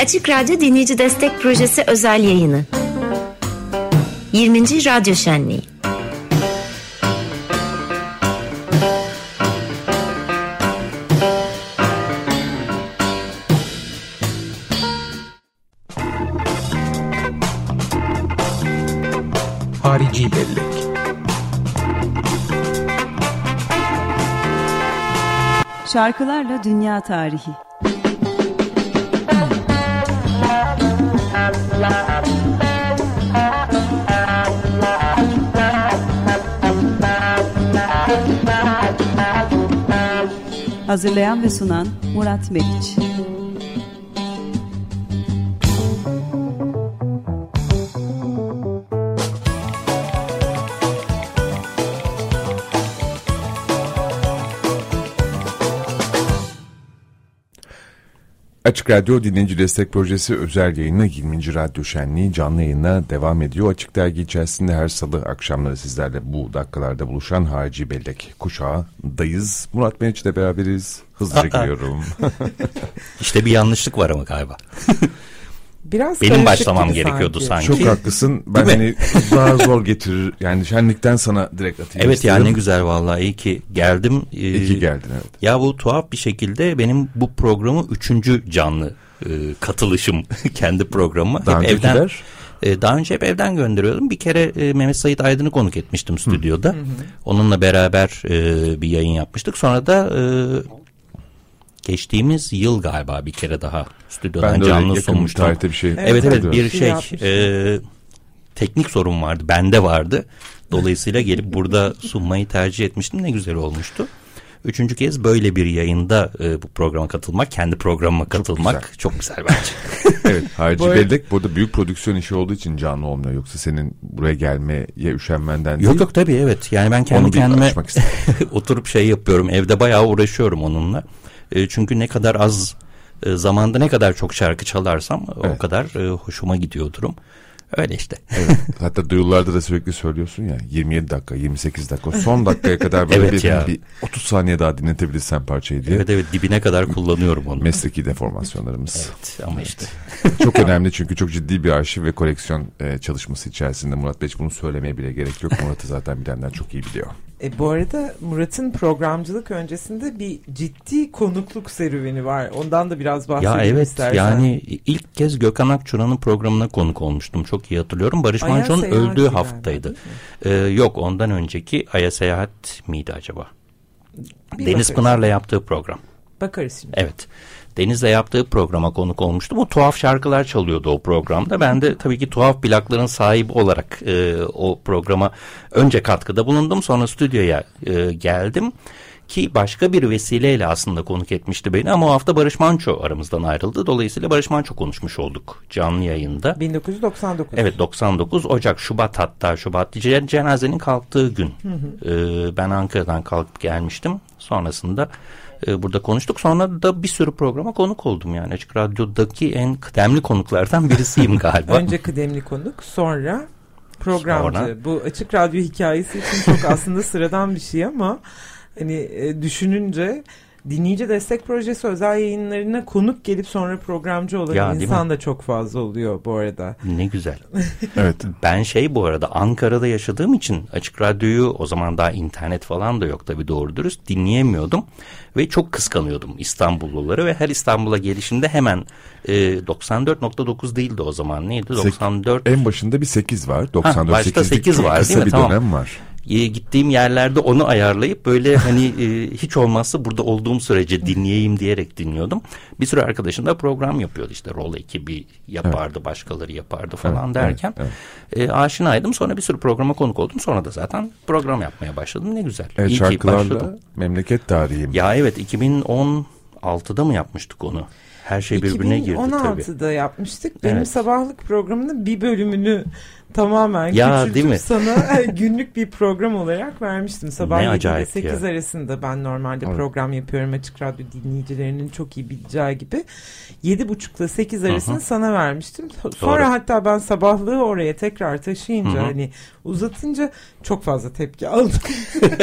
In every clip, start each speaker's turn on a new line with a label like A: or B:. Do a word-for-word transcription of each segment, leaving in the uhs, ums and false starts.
A: Açık Radyo Dinleyici Destek Projesi özel yayını. yirminci Radyo Şenliği.
B: Harici Bellek.
C: Şarkılarla Dünya Tarihi. Hazırlayan ve sunan Murat Meriç.
D: Açık Radyo Dinleyici Destek Projesi özel yayını yirminci Radyo Şenliği canlı yayına devam ediyor. Açık Dergi içerisinde her salı akşamları sizlerle bu dakikalarda buluşan Harici Bellek kuşağındayız. Murat Meriç'le beraberiz. Hızlıca giriyorum.
E: İşte bir yanlışlık var ama galiba.
F: Biraz
E: benim başlamam gerekiyordu sanki.
D: sanki. Çok haklısın. Ben hani daha zor getirir. Yani şenlikten sana direkt atayım.
E: Evet
D: istedim.
E: yani ne güzel vallahi iyi ki geldim. Ee,
D: İyi ki geldin evet.
E: Ya bu tuhaf bir şekilde benim bu programı üçüncü canlı e, katılışım kendi programıma.
D: Daha
E: hep
D: öncekiler?
E: evden, e, daha önce hep evden gönderiyordum. Bir kere e, Mehmet Sait Aydın'ı konuk etmiştim stüdyoda. Hı hı. Onunla beraber e, bir yayın yapmıştık. Sonra da e, geçtiğimiz yıl galiba bir kere daha stüdyodan canlı sunmuştum.
D: Ben de bir şey.
E: Evet evet, evet bir şey e, teknik sorun vardı. Bende vardı. Dolayısıyla gelip burada sunmayı tercih etmiştim. Ne güzel olmuştu. Üçüncü kez böyle bir yayında e, bu programa katılmak, kendi programıma katılmak çok güzel, çok güzel bence.
D: Evet, Harici Bellek burada büyük prodüksiyon işi olduğu için canlı olmuyor. Yoksa senin buraya gelmeye üşenmenden değil.
E: Yok yok tabii evet. Yani ben kendi kendime oturup şey yapıyorum. Evde bayağı uğraşıyorum onunla. E, çünkü ne kadar az e, zamanda ne kadar çok şarkı çalarsam evet. o kadar e, hoşuma gidiyor durum. Öyle işte.
D: Evet. Hatta duyurularda da sürekli söylüyorsun ya yirmi yedi dakika, yirmi sekiz dakika, son dakikaya kadar böyle
E: evet
D: bir, bir otuz saniye daha dinletebilirsen parçayı diye.
E: Evet evet dibine kadar kullanıyorum onu.
D: Mesleki deformasyonlarımız.
E: Evet ama işte.
D: Çok önemli çünkü çok ciddi bir arşiv ve koleksiyon e, çalışması içerisinde. Murat Bey bunu söylemeye bile gerek yok. Murat'ı zaten bilenler çok iyi biliyor.
F: E, bu arada Murat'ın programcılık öncesinde bir ciddi konukluk serüveni var. Ondan da biraz bahsedelim
E: ya evet,
F: istersen.
E: Yani ilk kez Gökhan Akçura'nın programına konuk olmuştum. Çok iyi hatırlıyorum. Barış Aya Manço'nun öldüğü haftaydı. Ee, yok ondan önceki Aya Seyahat miydi acaba? Bir Deniz bakarız. Pınar'la yaptığı program.
F: Bakarız şimdi.
E: Evet. Deniz'le yaptığı programa konuk olmuştum. O tuhaf şarkılar çalıyordu o programda. Ben de tabii ki tuhaf plakların sahibi olarak e, o programa önce katkıda bulundum. Sonra stüdyoya e, geldim. Ki başka bir vesileyle aslında konuk etmişti beni. Ama o hafta Barış Manço aramızdan ayrıldı. Dolayısıyla Barış Manço konuşmuş olduk canlı yayında.
F: bin dokuz yüz doksan dokuz.
E: Evet doksan dokuz Ocak, Şubat hatta Şubat. Cenazenin kalktığı gün. Hı hı. E, ben Ankara'dan kalkıp gelmiştim. Sonrasında burada konuştuk. Sonra da bir sürü programa konuk oldum yani. Açık Radyo'daki en kıdemli konuklardan birisiyim galiba.
F: Önce kıdemli konuk, sonra programcı. Sonra... Bu Açık Radyo hikayesi için çok aslında sıradan bir şey ama hani e, düşününce dinleyici destek projesi özel yayınlarına konuk gelip sonra programcı olan ya, insan da çok fazla oluyor bu arada.
E: Ne güzel. Evet. Ben şey bu arada Ankara'da yaşadığım için Açık Radyo'yu o zaman daha internet falan da yok tabii doğru dürüst dinleyemiyordum. Ve çok kıskanıyordum İstanbulluları ve her İstanbul'a gelişimde hemen e, doksan dört nokta dokuz değildi o zaman neydi? doksan dört
D: En başında bir sekiz var. doksan dört
E: ha, başta sekiz var
D: kısa
E: değil mi?
D: Bir
E: tamam.
D: dönem var.
E: E, gittiğim yerlerde onu ayarlayıp böyle hani e, hiç olmazsa burada olduğum sürece dinleyeyim diyerek dinliyordum. Bir sürü arkadaşım da program yapıyordu işte rol ekibi yapardı evet. başkaları yapardı falan evet, derken evet, evet. E, aşinaydım. Sonra bir sürü programa konuk oldum. Sonra da zaten program yapmaya başladım. Ne güzel.
D: Evet, İyi şarkılarla memleket tarihim.
E: Ya evet iki bin on altıda mı yapmıştık onu? Her şey birbirine girdi tabii.
F: iki bin on altıda yapmıştık. Benim evet. sabahlık programının bir bölümünü tamamen
E: ya,
F: küçültüp sana günlük bir program olarak vermiştim. Sabah yedi ile sekiz arasında ben normalde evet. program yapıyorum. Açık Radyo dinleyicilerinin çok iyi bileceği gibi. yedi buçuk ile sekiz arasını Hı-hı. sana vermiştim. Sonra Doğru. hatta ben sabahlığı oraya tekrar taşıyınca Hı-hı. hani uzatınca çok fazla tepki aldım.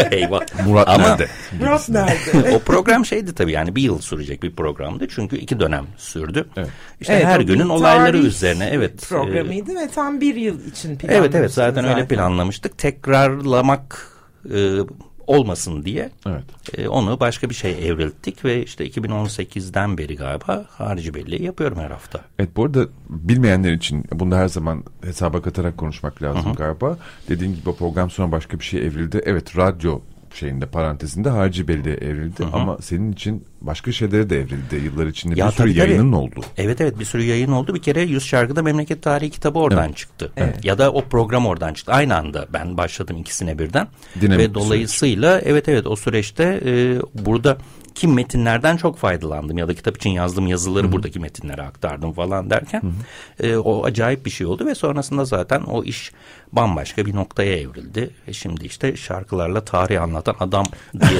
E: Eyvah.
D: Murat
E: Ama
D: nerede?
F: Murat nerede?
E: O program şeydi tabii yani bir yıl sürecek bir programdı. Çünkü iki dönem dönem sürdü.
D: Evet.
E: İşte
F: evet,
E: her günün olayları üzerine evet
F: programıydı e, ve tam bir yıl için planlamıştık.
E: Evet evet zaten, zaten öyle planlamıştık. Tekrarlamak e, olmasın diye
D: evet.
E: e, onu başka bir şeye evrilttik ve işte iki bin on sekizden beri galiba harici belleği yapıyorum her hafta.
D: Evet, bu arada bilmeyenler için bunu her zaman hesaba katarak konuşmak lazım. Hı hı. Galiba. Dediğin gibi o program sonra başka bir şeye evrildi. Evet, radyo şeyinde parantezinde harici belleğe evrildi. Hı hı. Ama senin için başka şeylere de evrildi. Yıllar içinde ya bir sürü yayının tabii. oldu.
E: Evet evet bir sürü yayın oldu. Bir kere yüz Şarkıda Memleket Tarihi kitabı oradan evet. çıktı. Evet. Ya da o program oradan çıktı. Aynı anda ben başladım ikisine birden. Dinamik ve dolayısıyla süreç. evet evet o süreçte e, burada kim metinlerden çok faydalandım ya da kitap için yazdığım yazıları Hı-hı. buradaki metinlere aktardım falan derken e, o acayip bir şey oldu ve sonrasında zaten o iş bambaşka bir noktaya evrildi ve şimdi işte şarkılarla tarih anlatan adam diye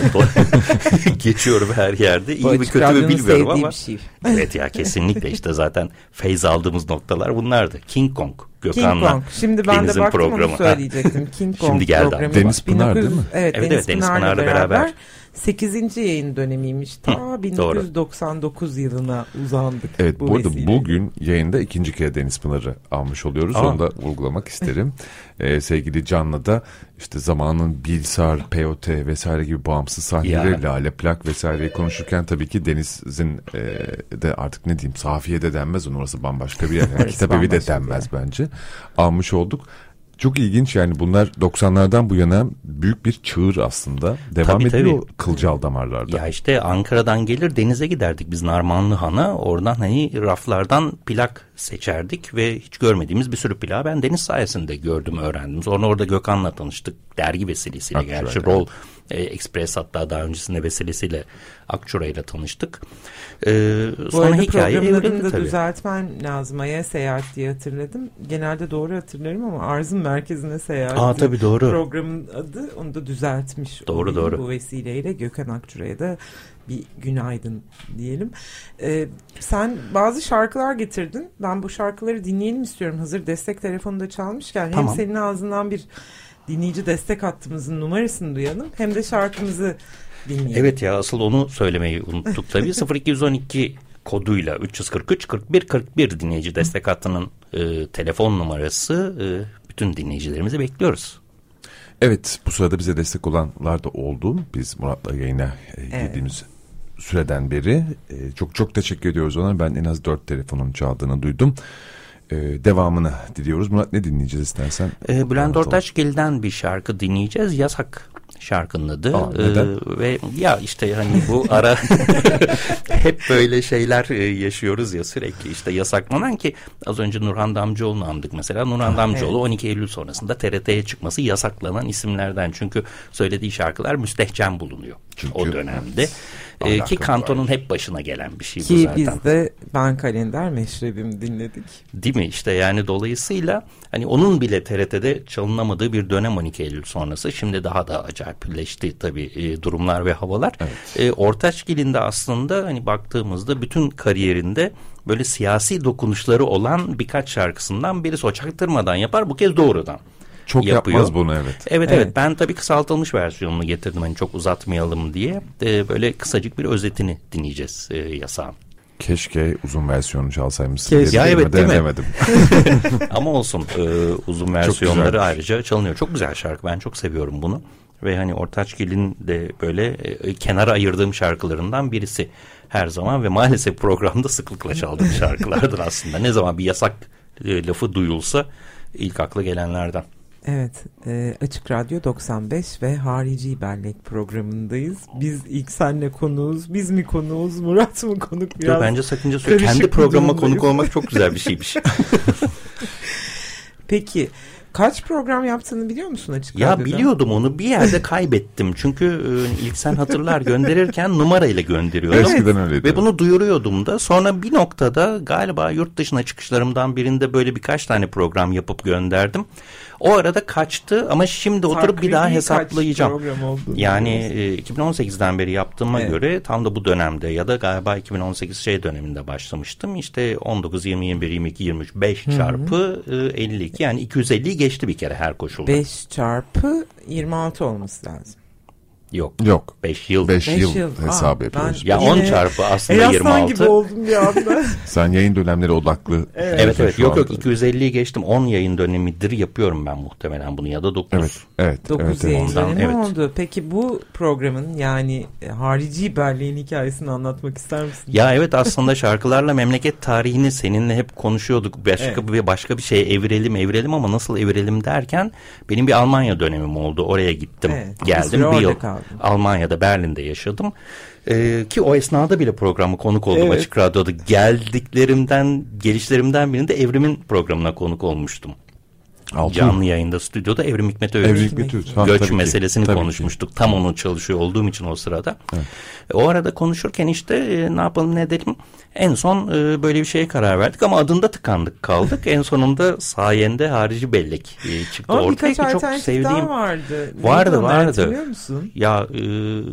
E: geçiyorum her yerde. İyi mi kötü mü bilmiyorum ama şey. Evet ya kesinlikle işte zaten feyz aldığımız noktalar bunlardı. King Kong. Gökhan'la
F: King Kong. Şimdi ben
E: Deniz'in
F: de baktım
E: programı.
F: onu söyleyecektim. King Kong
E: Şimdi geldi
F: programı.
D: Deniz Pınar değil mi?
F: Evet,
E: evet,
F: Deniz,
E: evet, Deniz Pınar'la beraber. beraber.
F: sekizinci yayın dönemiymiş. Ta Hı, bin dokuz yüz doksan dokuz yılına uzandık.
D: Evet, bu,
F: bu
D: arada bugün yayında ikinci kere Deniz Pınar'ı almış oluyoruz. Aa. Onu da vurgulamak isterim. ee, sevgili Can'la da işte zamanın Bilsar, P O T vesaire gibi bağımsız sahneleri, Lale Plak vesaireyi konuşurken tabii ki Deniz'in e, de artık ne diyeyim, Safiye de denmez, onun orası bambaşka bir yer. Yani kitap evi de denmez yani. Bence. Almış olduk. Çok ilginç yani, bunlar doksanlardan bu yana büyük bir çığır aslında. Devam tabii, ediyor tabii. Kılcal damarlarda.
E: Ya işte Ankara'dan gelir denize giderdik biz Narmanlıhan'a. Oradan hani raflardan plak seçerdik ve hiç görmediğimiz bir sürü plağı ben Deniz sayesinde gördüm, öğrendim. Sonra orada Gökhan'la tanıştık. Dergi vesilesiyle Akçura, gerçi yani. Roll e, Express, hatta daha öncesinde vesilesiyle Akçura'yla tanıştık. Ee, sonra hikaye evrildi tabii.
F: Düzeltmem lazım. Ay'a seyahat diye hatırladım. Genelde doğru hatırlarım ama Arz'ın merkezine seyahat.
E: Aa, tabii doğru.
F: Programın adı, onu da düzeltmiş.
E: Doğru olayım. Doğru.
F: Bu vesileyle Gökhan Akçura'ya da bir günaydın diyelim. Ee, sen bazı şarkılar getirdin. Ben bu şarkıları dinleyelim istiyorum. Hazır destek telefonu da çalmışken. Tamam. Hem senin ağzından bir dinleyici destek hattımızın numarasını duyalım, hem de şarkımızı dinleyelim.
E: Evet ya, asıl onu söylemeyi unuttuk tabii. sıfır iki on iki koduyla üç yüz kırk üç kırk bir kırk bir dinleyici destek hattının e, telefon numarası. E, bütün dinleyicilerimizi bekliyoruz.
D: Evet, bu sırada bize destek olanlar da oldu. Biz Murat'la yayına e, girdiğimiz evet. süreden beri e, çok çok teşekkür ediyoruz ona. Ben en az dört telefonun çaldığını duydum. Ee, devamını diliyoruz. Murat, ne dinleyeceğiz istersen?
E: Ee, Bülent Ortaçgil'den bir şarkı dinleyeceğiz. Yasak şarkının adı.
D: Aa, neden?
E: Ee, ve ya işte hani bu ara hep böyle şeyler yaşıyoruz ya sürekli, işte yasaklanan, ki az önce Nurhan Damcıoğlu'nu andık mesela. Nurhan Damcıoğlu evet. on iki Eylül sonrasında T R T'ye çıkması yasaklanan isimlerden. Çünkü söylediği şarkılar müstehcen bulunuyor çünkü, o dönemde. Ee, ki Kanto'nun hep başına gelen bir şey
F: ki
E: bu zaten.
F: Ki biz de Ben Kalender Meşrebim dinledik.
E: Değil mi? İşte yani dolayısıyla hani onun bile T R T'de çalınamadığı bir dönem on iki Eylül sonrası. Şimdi daha da acayipleşti tabii e, durumlar ve havalar. Evet. E, Ortaçgil'in de aslında hani baktığımızda bütün kariyerinde böyle siyasi dokunuşları olan birkaç şarkısından birisi. O çaktırmadan yapar, bu kez doğrudan.
D: Çok yapıyor. Yapmaz bunu evet.
E: Evet evet, evet. Ben tabii kısaltılmış versiyonunu getirdim hani çok uzatmayalım diye. Ee, böyle kısacık bir özetini dinleyeceğiz e, Yasağın.
D: Keşke uzun versiyonu çalsaymışsın diye.
E: Ya evet, değil mi? Ama olsun, e, uzun versiyonları ayrıca çalınıyor. Çok güzel şarkı, ben çok seviyorum bunu. Ve hani Ortaçgil'in de böyle e, kenara ayırdığım şarkılarından birisi her zaman ve maalesef programda sıklıkla çaldığım şarkılardır aslında. Ne zaman bir yasak e, lafı duyulsa ilk akla gelenlerden.
F: Evet, e, Açık Radyo doksan beş ve Harici Bellek programındayız. Biz ilk senle konuğuz, biz mi konuğuz, Murat mı konuk?
E: Biraz bence sakınca söyle. Kendi programa konuk olmak çok güzel bir şeymiş.
F: Peki, kaç program yaptığını biliyor musun Açık
E: ya
F: Radyo'da?
E: Biliyordum, onu bir yerde kaybettim. Çünkü e, ilk sen hatırlar gönderirken numarayla gönderiyordum.
D: Eskiden öyleydi.
E: Ve bunu duyuruyordum da. Sonra bir noktada galiba yurt dışına çıkışlarımdan birinde böyle birkaç tane program yapıp gönderdim. O arada kaçtı ama şimdi oturup Takribi bir daha hesaplayacağım. Yani e, iki bin on sekizden beri yaptığıma evet. göre tam da bu dönemde ya da galiba iki bin on sekiz şey döneminde başlamıştım. İşte on dokuz, yirmi, yirmi bir, yirmi iki, yirmi üç, beş çarpı e, elli iki, yani iki yüz elliyi geçti bir kere her koşulda.
F: beş çarpı yirmi altı olması lazım.
E: Yok.
D: Yok.
E: beş yıl.
D: beş yıl,
F: yıl
D: hesap
F: Aa,
D: yapıyoruz.
E: Ya on çarpı aslında
F: Eraslan
E: yirmi altı.
F: gibi oldum bir anda.
D: Sen yayın dönemleri odaklı.
E: Evet evet, evet. yok yok iki yüz elliyi geçtim, on yayın dönemidir yapıyorum ben muhtemelen bunu, ya da dokuz.
D: Evet. Evet.
F: dokuz
D: evet,
F: yayın
D: evet.
F: dönemi
E: Evet.
F: oldu. Peki bu programın yani harici Berlin hikayesini anlatmak ister misin?
E: Ya evet, aslında şarkılarla memleket tarihini seninle hep konuşuyorduk. Başka
F: Evet.
E: bir başka bir şeye evirelim evirelim ama nasıl evirelim derken benim bir Almanya dönemim oldu. Oraya gittim.
F: Evet, bir
E: Geldim
F: süre
E: bir yıl
F: orada kaldın.
E: Almanya'da, Berlin'de yaşadım. Ee, ki o esnada bile programı konuk oldum,
F: Evet.
E: Açık Radyo'da. Geldiklerimden, gelişlerimden birinde Evrim'in programına konuk olmuştum.
D: Altı.
E: Canlı yayında, stüdyoda Evrim Hikmet Öğüt.
D: Evrim Hikmet Öğüt. Ha,
E: Göç
D: tabii ki.
E: meselesini
D: Tabii
E: konuşmuştuk.
D: ki.
E: Tam onu çalışıyor olduğum için o sırada.
D: Evet.
E: E, o arada konuşurken işte e, ne yapalım ne edelim. En son e, böyle bir şeye karar verdik ama adında tıkandık kaldık. En sonunda sayende harici bellek e, çıktı
F: Ama
E: ortaya
F: birkaç
E: ki çok
F: alternatif
E: sevdiğim.
F: daha vardı.
E: Vardı,
F: Neydi onlar,
E: vardı.
F: hatırlıyor musun?
E: Ya e,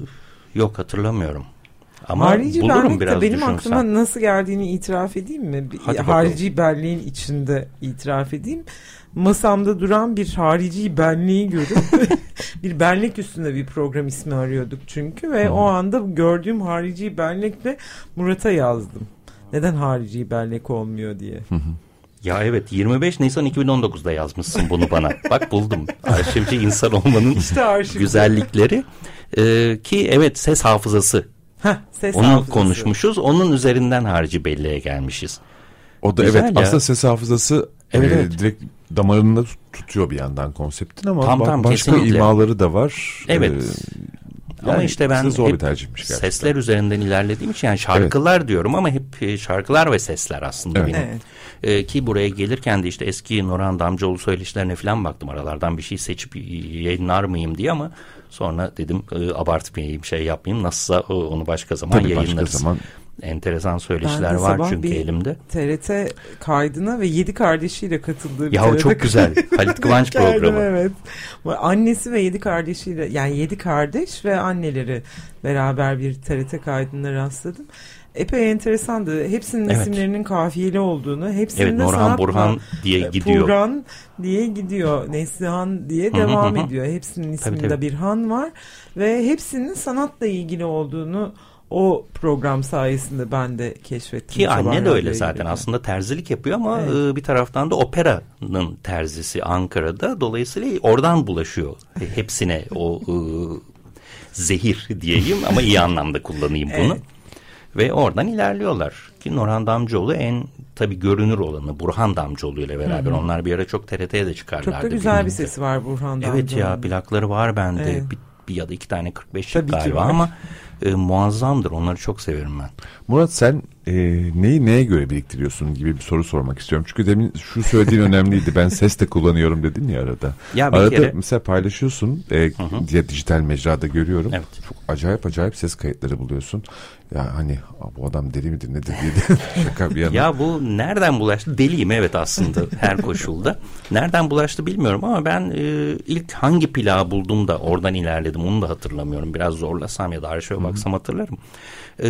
E: yok, hatırlamıyorum. Ama
F: Harici
E: bulurum
F: Berlin'de
E: biraz
F: benim
E: düşünsem.
F: aklıma nasıl geldiğini itiraf edeyim mi? Bir-
E: Hadi
F: harici Berlin içinde itiraf edeyim. Masamda duran bir harici benliği görüp bir benlik üstünde bir program ismi arıyorduk çünkü ve hmm. o anda gördüğüm harici benlikle Murat'a yazdım. Neden harici benlik olmuyor diye.
E: Ya evet, yirmi beş Nisan iki bin on dokuzda yazmışsın bunu bana. Bak buldum. Arşivci insan olmanın
F: işte arşivci.
E: güzellikleri. Ee, ki evet, ses hafızası.
F: Heh, ses
E: Onu
F: hafızası.
E: konuşmuşuz. Onun üzerinden harici belleğe gelmişiz.
D: O da
E: Güzel
D: evet
E: ya.
D: aslında ses hafızası
E: Evet,
D: e,
E: evet.
D: direkt damarında tutuyor bir yandan konseptin ama
E: Tam,
D: ba-
E: tam,
D: başka
E: kesinlikle.
D: imaları da var.
E: Evet.
D: Ee,
E: Ama
D: yani
E: işte ben
D: zor
E: hep
D: bir tercihmiş gerçekten.
E: sesler üzerinden ilerlediğim için yani şarkılar diyorum ama hep şarkılar ve sesler aslında
D: Evet.
E: benim.
F: Evet.
E: Ee, ki buraya gelirken de işte eski Nurhan Damcıoğlu söyleşilerine falan baktım, aralardan bir şey seçip yayınlar mıyım diye, ama sonra dedim e, abartmayayım, şey yapmayayım, nasılsa onu başka zaman
D: Tabii
E: yayınlarız.
D: başka zaman.
E: Enteresan
F: Ben
E: söyleşiler
F: de
E: var
F: sabah
E: çünkü
F: bir
E: elimde.
F: T R T kaydına ve yedi kardeşiyle katıldığı bir
E: Ya
F: T R
E: o
F: T
E: çok güzel. Halit Kıvanç
F: Geldim,
E: programı.
F: evet. Annesi ve yedi kardeşiyle, yani yedi kardeş ve anneleri beraber bir T R T kaydına rastladım. Epey enteresandı. Hepsinin
E: Evet.
F: isimlerinin kafiyeli olduğunu, hepsinin
E: Evet,
F: de
E: Nurhan
F: sanatla,
E: Burhan diye gidiyor.
F: Burhan diye gidiyor. Neslihan diye
E: Hı hı
F: devam
E: hı.
F: ediyor. Hepsinin isminde
E: Tabii, tabii.
F: bir han var ve hepsinin sanatla ilgili olduğunu o program sayesinde ben de keşfettim.
E: Ki anne de
F: Sabah
E: öyle
F: radyoya
E: zaten
F: giderken.
E: aslında terzilik yapıyor ama
F: Evet.
E: e, bir taraftan da operanın terzisi Ankara'da, dolayısıyla oradan bulaşıyor e, hepsine o e, zehir diyeyim ama iyi anlamda kullanayım bunu.
F: Evet.
E: Ve oradan ilerliyorlar ki Nurhan Damcıoğlu en tabii görünür olanı, Burhan Damcıoğlu ile beraber. Hı hı. Onlar bir ara çok T R T'ye de çıkarlardı.
F: Çok da güzel birlikte. Bir sesi var Burhan Damcıoğlu'nun.
E: Evet ya, plakları var bende.
F: Evet.
E: Bir, bir ya da iki tane kırk beş
F: Tabii ki
E: galiba
F: var.
E: ama e, muazzamdır. Onları çok severim ben.
D: Murat, sen e, neyi neye göre biriktiriyorsun gibi bir soru sormak istiyorum. Çünkü demin şu söylediğin önemliydi. Ben ses de kullanıyorum dedin ya arada.
E: Ya bir
D: arada
E: kere...
D: mesela paylaşıyorsun e, diye dijital mecrada görüyorum.
E: Evet.
D: Çok acayip acayip ses kayıtları buluyorsun. Ya hani bu adam deli midir nedir diye de şaka bir yana.
E: Ya bu nereden bulaştı? Deliyim evet aslında her koşulda. Nereden bulaştı bilmiyorum ama ben e, ilk hangi plağı buldum da oradan ilerledim onu da hatırlamıyorum. Biraz zorlasam ya da arşive baksam hatırlarım. E,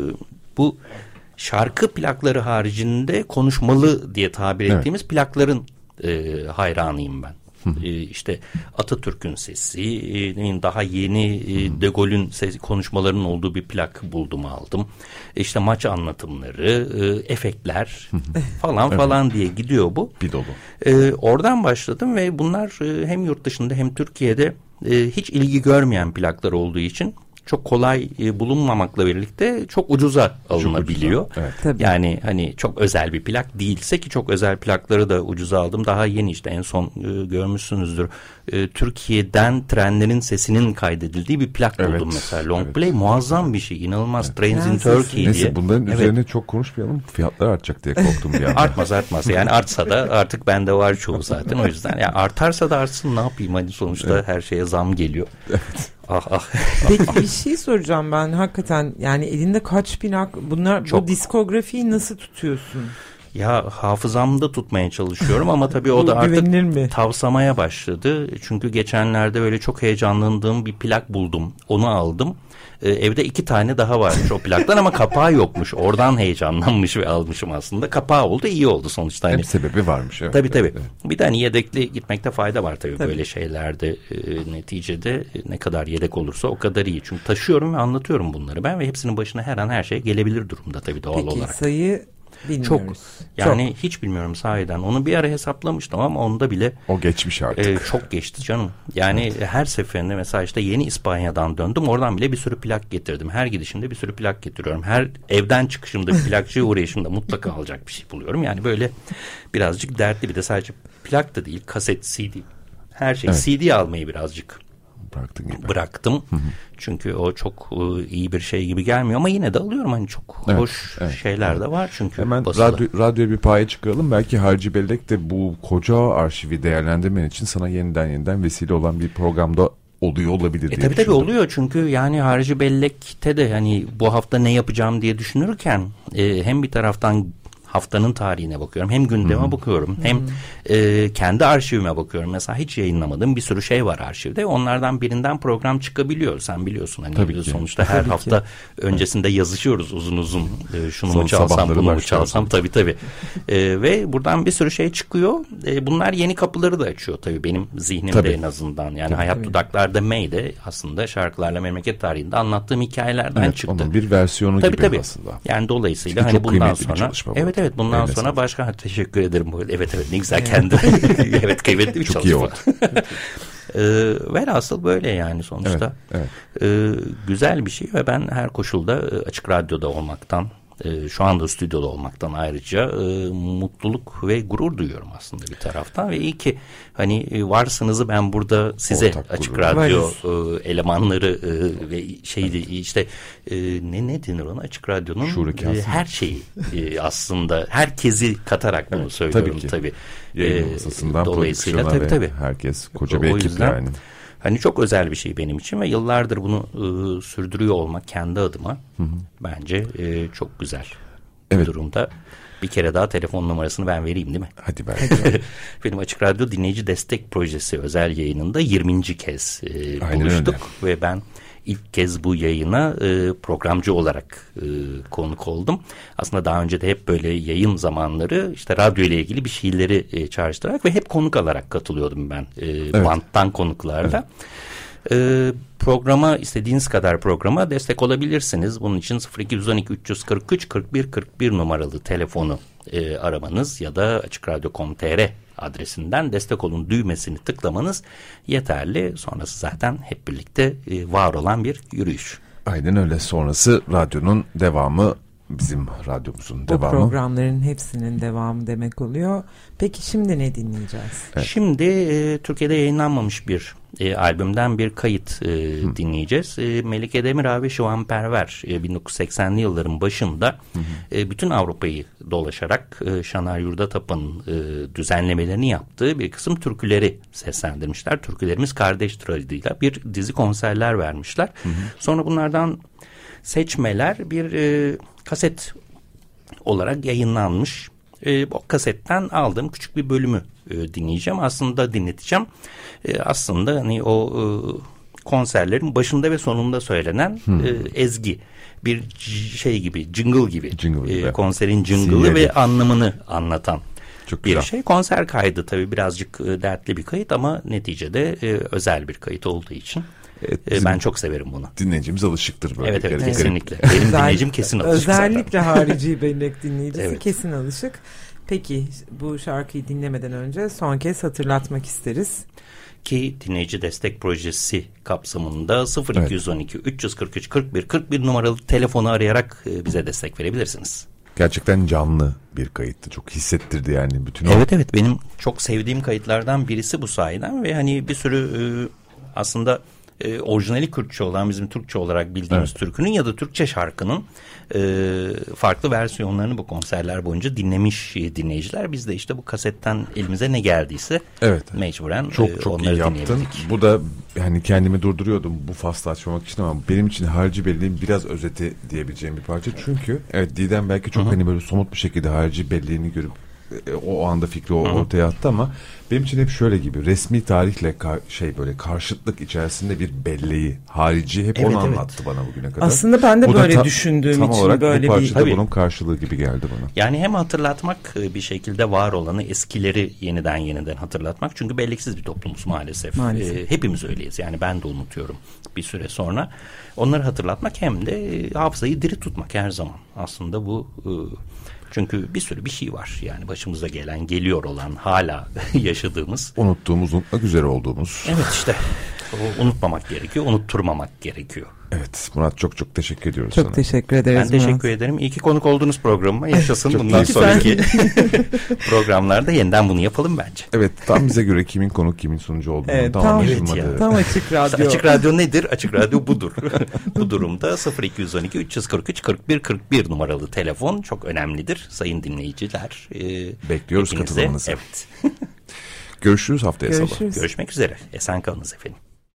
E: bu şarkı plakları haricinde konuşmalı diye tabir
D: Evet.
E: ettiğimiz plakların e, hayranıyım ben. Ee, işte Atatürk'ün sesi, e, daha yeni e, De Gaulle'ün ses, konuşmalarının olduğu bir plak buldum, aldım. İşte maç anlatımları, e, efektler falan
D: Evet.
E: falan diye gidiyor bu.
D: Bir dolu.
E: Ee, oradan başladım ve bunlar e, hem yurt dışında hem Türkiye'de e, hiç ilgi görmeyen plaklar olduğu için çok kolay e, bulunmamakla birlikte çok ucuza alınabiliyor.
D: Çok ucuza, evet.
F: Tabii.
E: Yani hani çok özel bir plak değilse, ki çok özel plakları da ucuza aldım. Daha yeni işte en son e, görmüşsünüzdür. E, Türkiye'den trenlerin sesinin kaydedildiği bir plak
D: Evet,
E: buldum mesela. Long
D: evet.
E: play muazzam bir şey. İnanılmaz.
D: Evet.
E: Trains in
F: Neyse,
E: Turkey diye.
D: Neyse bunların
E: Evet.
D: üzerine çok konuşmayalım. Fiyatlar artacak diye korktum bir anda.
E: Artmaz artmaz. Yani artsa da artık bende var çoğu zaten. O yüzden yani artarsa da artsın, ne yapayım? Hani sonuçta
D: Evet.
E: her şeye zam geliyor. Ah ah.
F: Peki bir şey soracağım ben hakikaten, yani elinde kaç bin ak bunlar,
E: Çok.
F: bu diskografiyi nasıl tutuyorsun?
E: Ya hafızamda tutmaya çalışıyorum ama tabii o da artık tavsamaya başladı. Çünkü geçenlerde böyle çok heyecanlandığım bir plak buldum. Onu aldım. Ee, evde iki tane daha varmış o plaktan ama kapağı yokmuş. Oradan heyecanlanmış ve almışım aslında. Kapağı oldu, iyi oldu sonuçta.
D: Hani,
E: Hep
D: sebebi varmış. Evet,
E: tabii tabii.
D: Evet.
E: Bir de hani yedekli gitmekte fayda var tabii, tabii. Böyle şeylerde e, neticede e, ne kadar yedek olursa o kadar iyi. Çünkü taşıyorum ve anlatıyorum bunları ben ve hepsinin başına her an her şey gelebilir durumda tabii doğal
F: Peki,
E: olarak.
F: Peki sayı bilmiyoruz.
E: Çok. Yani
F: çok.
E: hiç bilmiyorum sahiden. Onu bir ara hesaplamıştım ama onda bile.
D: O geçmiş artık.
E: E, çok geçti canım. Yani evet. Her seferinde mesela işte yeni İspanya'dan döndüm. Oradan bile bir sürü plak getirdim. Her gidişimde bir sürü plak getiriyorum. Her evden çıkışımda bir plakçıya uğrayışımda mutlaka alacak bir şey buluyorum. Yani böyle birazcık dertli, bir de sadece plak da değil, kaset, C D. Her şey. Evet. C D almayı birazcık
D: gibi.
E: bıraktım. Hı hı. Çünkü o çok e, iyi bir şey gibi gelmiyor ama yine de alıyorum. Hani çok evet, hoş evet, şeyler evet. de var çünkü.
D: Hemen radyo, radyoya bir paya çıkaralım. Belki Harcı Bellek de bu koca arşivi değerlendirmen için sana yeniden yeniden vesile olan bir programda oluyor olabilir diye
E: e, tabii
D: düşündüm.
E: Tabii oluyor çünkü yani Harcı Bellek'te de hani bu hafta ne yapacağım diye düşünürken e, hem bir taraftan haftanın tarihine bakıyorum. Hem gündeme hmm. bakıyorum. Hem hmm. e, kendi arşivime bakıyorum. Mesela hiç yayınlamadığım bir sürü şey var arşivde. Onlardan birinden program çıkabiliyor. Sen biliyorsun. Hani tabii sonuçta her tabii hafta ki. öncesinde yazışıyoruz uzun uzun. E, şunu mu çalsam, bunu mu çalsam. Tabii tabii. E, ve buradan bir sürü şey çıkıyor. E, bunlar yeni kapıları da açıyor tabii benim zihnimde tabii. en azından. Yani tabii, Hayat tabii. Dudaklar'da May'de aslında şarkılarla memleket tarihinde anlattığım hikayelerden evet, çıktı.
D: Onun bir versiyonu tabii, gibi tabii. aslında.
E: Yani dolayısıyla çünkü hani bundan sonra. Evet evet bundan evet, sonra başka ha, teşekkür ederim. Evet evet ne güzel kendi. Evet kıymetli bir
D: çok
E: çalışma. e, velhasıl böyle yani sonuçta. Evet, evet. E, güzel bir şey ve ben her koşulda açık radyoda olmaktan, e, şu anda stüdyoda olmaktan ayrıca e, mutluluk ve gurur duyuyorum aslında bir taraftan ve iyi ki hani varsınızı ben burada size ortak açık gurur. Radyo e, elemanları e, ve şeydi işte e, ne ne denir ona açık radyonun e, her şeyi e, aslında herkesi katarak bunu evet, söylüyorum tabii. tabii.
D: Yayın masasından dolayısıyla tabii tabii. Herkes koca o, bir ekip yani.
E: Hani çok özel bir şey benim için ve yıllardır bunu e, sürdürüyor olmak kendi adıma hı hı. bence e, çok güzel evet. bir durumda. Bir kere daha telefon numarasını ben vereyim değil mi?
D: Hadi ben.
E: Benim Açık Radyo Dinleyici Destek Projesi özel yayınında yirminci kez e, buluştuk öyle. Ve ben ilk kez bu yayına e, programcı olarak e, konuk oldum. Aslında daha önce de hep böyle yayın zamanları işte radyo ile ilgili bir şeyleri e, çağrıştırarak ve hep konuk alarak katılıyordum ben e, evet. banttan konuklarla. Evet. E, programa istediğiniz kadar programa destek olabilirsiniz. Bunun için sıfır iki on iki üç yüz kırk üç kırk bir kırk bir numaralı telefonu e, aramanız ya da açık radyo nokta com nokta tr adresinden destek olun düğmesini tıklamanız yeterli. Sonrası zaten hep birlikte e, var olan bir yürüyüş.
D: Aynen öyle. Sonrası radyonun devamı, bizim radyomuzun
F: bu
D: devamı.
F: Bu programların hepsinin devamı demek oluyor. Peki şimdi ne dinleyeceğiz?
E: Evet. Şimdi e, Türkiye'de yayınlanmamış bir e, albümden bir kayıt e, dinleyeceğiz. E, Melike Demirağ ve Şivan Perver e, bin dokuz yüz seksenli yılların başında e, bütün Avrupa'yı dolaşarak e, Şanar Yurdatap'ın e, düzenlemelerini yaptığı bir kısım türküleri seslendirmişler. Türkülerimiz Kardeştir adıyla bir dizi konserler vermişler. Hı hı. Sonra bunlardan seçmeler bir e, kaset olarak yayınlanmış. E, o kasetten aldığım küçük bir bölümü e, dinleyeceğim. Aslında dinleteceğim. E, aslında hani o e, konserlerin başında ve sonunda söylenen hmm. e, ezgi. Bir şey gibi, jingle gibi. Jingle gibi. E, konserin jingle'ı ve anlamını anlatan çok bir güzel. Şey. Konser kaydı tabii birazcık e, dertli bir kayıt ama neticede e, özel bir kayıt olduğu için. Evet, ben çok severim bunu.
D: Dinleyicimiz alışıktır böyle.
E: Evet evet kesinlikle. Benim dinleyicim kesin alışık.
F: Özellikle harici bellek dinleyicisi evet. kesin alışık. Peki bu şarkıyı dinlemeden önce son kez hatırlatmak isteriz.
E: Ki dinleyici destek projesi kapsamında sıfır iki on iki üç yüz kırk üç kırk bir kırk bir numaralı telefonu arayarak bize destek verebilirsiniz.
D: Gerçekten canlı bir kayıttı. Çok hissettirdi yani bütün.
E: Evet o... evet benim çok sevdiğim kayıtlardan birisi bu sayeden ve hani bir sürü aslında E, orijinali Kürtçe olan bizim Türkçe olarak bildiğimiz evet. türkünün ya da Türkçe şarkının e, farklı versiyonlarını bu konserler boyunca dinlemiş dinleyiciler. Biz de işte bu kasetten elimize ne geldiyse evet. mecburen
D: çok,
E: e,
D: çok
E: onları
D: iyi yaptın. Bu da yani kendimi durduruyordum bu faslı açmamak için ama benim için Harici Belleğin biraz özeti diyebileceğim bir parça. Çünkü evet Didem belki çok Hı-hı. hani böyle somut bir şekilde Harici Belleğini görüp o anda fikri o ortaya attı ama benim için hep şöyle gibi resmi tarihle kar, şey böyle karşıtlık içerisinde bir belleği harici hep evet, onu evet. anlattı bana bugüne kadar.
F: Aslında ben de bu böyle ta, düşündüğüm
D: tam
F: için
D: olarak
F: böyle
D: bu
F: bir
D: parçada bunun karşılığı gibi geldi bana.
E: Yani hem hatırlatmak bir şekilde var olanı eskileri yeniden yeniden hatırlatmak çünkü belleksiz bir toplumuz maalesef. maalesef. Ee, hepimiz öyleyiz yani ben de unutuyorum bir süre sonra. Onları hatırlatmak hem de hafızayı diri tutmak her zaman aslında bu e, çünkü bir sürü bir şey var yani başımıza gelen, geliyor olan, hala yaşadığımız.
D: Unuttuğumuz, unutmak üzere olduğumuz.
E: Evet işte o, unutmamak gerekiyor, unutturmamak gerekiyor.
D: Evet Murat çok çok teşekkür ediyoruz
F: çok
D: sana.
F: Çok teşekkür ederiz
E: Ben
F: Murat.
E: teşekkür ederim. İyi ki konuk oldunuz programıma. Yaşasın bundan sonraki programlarda yeniden bunu yapalım bence.
D: Evet tam bize göre kimin konuk kimin sunucu olduğunu evet, tam anlaşılmadı.
F: Evet tam Açık Radyo.
E: Açık Radyo nedir? Açık Radyo budur. Bu durumda sıfır iki yüz on iki üç yüz kırk üç kırk bir kırk bir numaralı telefon çok önemlidir sayın dinleyiciler.
D: Ee, Bekliyoruz
E: hepinize,
D: katılımınızı.
E: Evet.
D: Görüşürüz haftaya
F: Görüşürüz.
D: sabah.
E: Görüşmek üzere. Esen kalınız efendim.